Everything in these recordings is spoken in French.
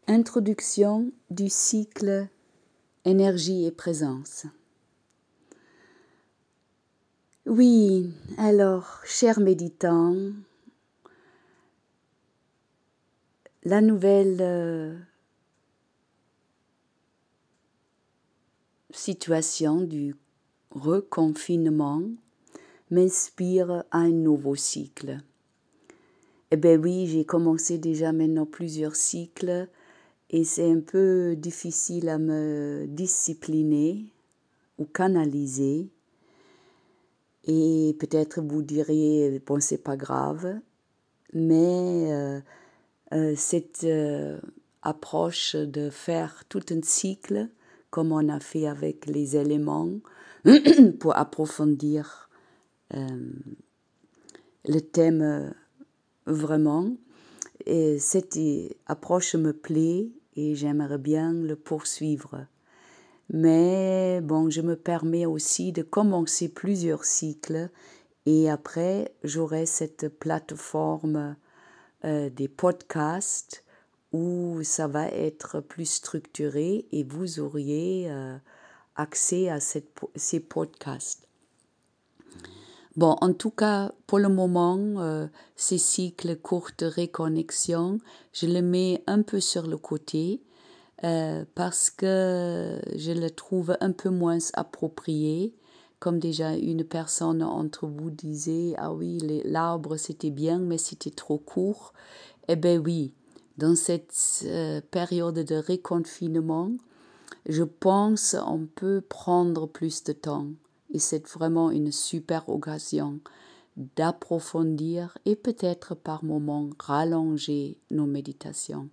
Introduction du cycle énergie et présence. Oui, alors, chers méditants, la nouvelle situation du reconfinement m'inspire à un nouveau cycle. Eh bien oui, j'ai commencé déjà maintenant plusieurs cycles et c'est un peu difficile à me discipliner ou canaliser. Et peut-être vous direz, bon, c'est pas grave, mais cette approche de faire tout un cycle, comme on a fait avec les éléments, pour approfondir le thème vraiment, et cette approche me plaît et j'aimerais bien le poursuivre. Mais bon, je me permets aussi de commencer plusieurs cycles et après, j'aurai cette plateforme des podcasts où ça va être plus structuré et vous auriez accès à ces podcasts. Bon, en tout cas, pour le moment, ces cycles courtes reconnexions, je les mets un peu sur le côté parce que je le trouve un peu moins approprié. Comme déjà une personne entre vous disait, ah oui, l'arbre c'était bien, mais c'était trop court. Eh bien oui, dans cette période de reconfinement, je pense on peut prendre plus de temps. Et c'est vraiment une super occasion d'approfondir et peut-être par moments rallonger nos méditations.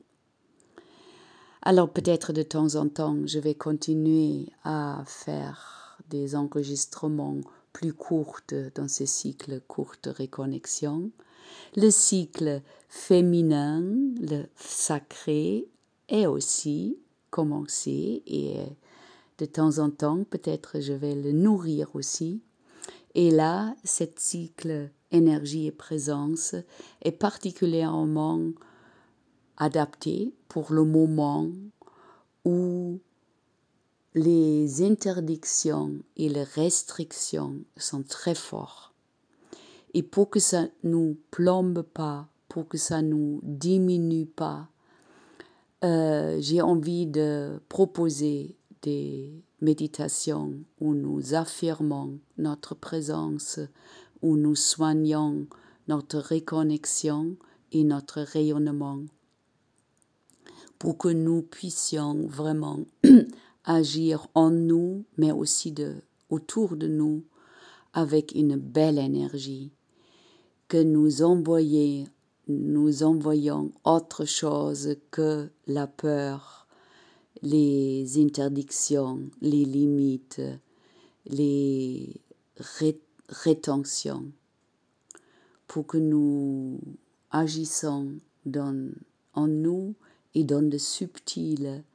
Alors peut-être de temps en temps, je vais continuer à faire des enregistrements plus courts dans ces cycles courtes reconnexions. Le cycle féminin, le sacré, est aussi commencé et de temps en temps, peut-être je vais le nourrir aussi. Et là, ce cycle énergie et présence est particulièrement adapté pour le moment où les interdictions et les restrictions sont très fortes. Et pour que ça ne nous plombe pas, pour que ça ne nous diminue pas, j'ai envie de proposer des méditations où nous affirmons notre présence, où nous soignons notre reconnexion et notre rayonnement, pour que nous puissions vraiment agir en nous, mais aussi autour de nous, avec une belle énergie, que nous envoyons autre chose que la peur, les interdictions, les limites, les rétentions, pour que nous agissons en nous et dans le subtil,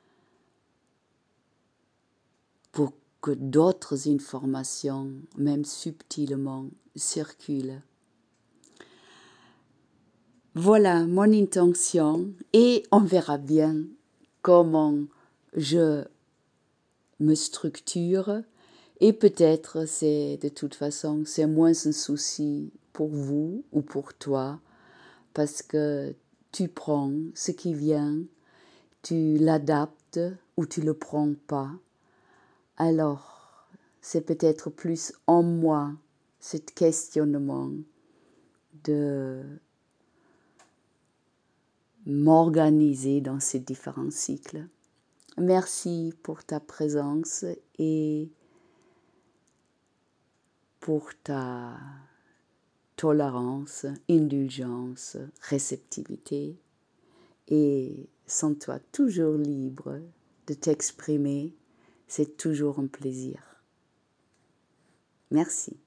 pour que d'autres informations, même subtilement, circulent. Voilà mon intention et on verra bien comment je me structure et peut-être de toute façon c'est moins un souci pour vous ou pour toi parce que tu prends ce qui vient, tu l'adaptes ou tu le prends pas. Alors c'est peut-être plus en moi ce questionnement de m'organiser dans ces différents cycles. Merci pour ta présence et pour ta tolérance, indulgence, réceptivité. Et sens-toi toujours libre de t'exprimer. C'est toujours un plaisir. Merci.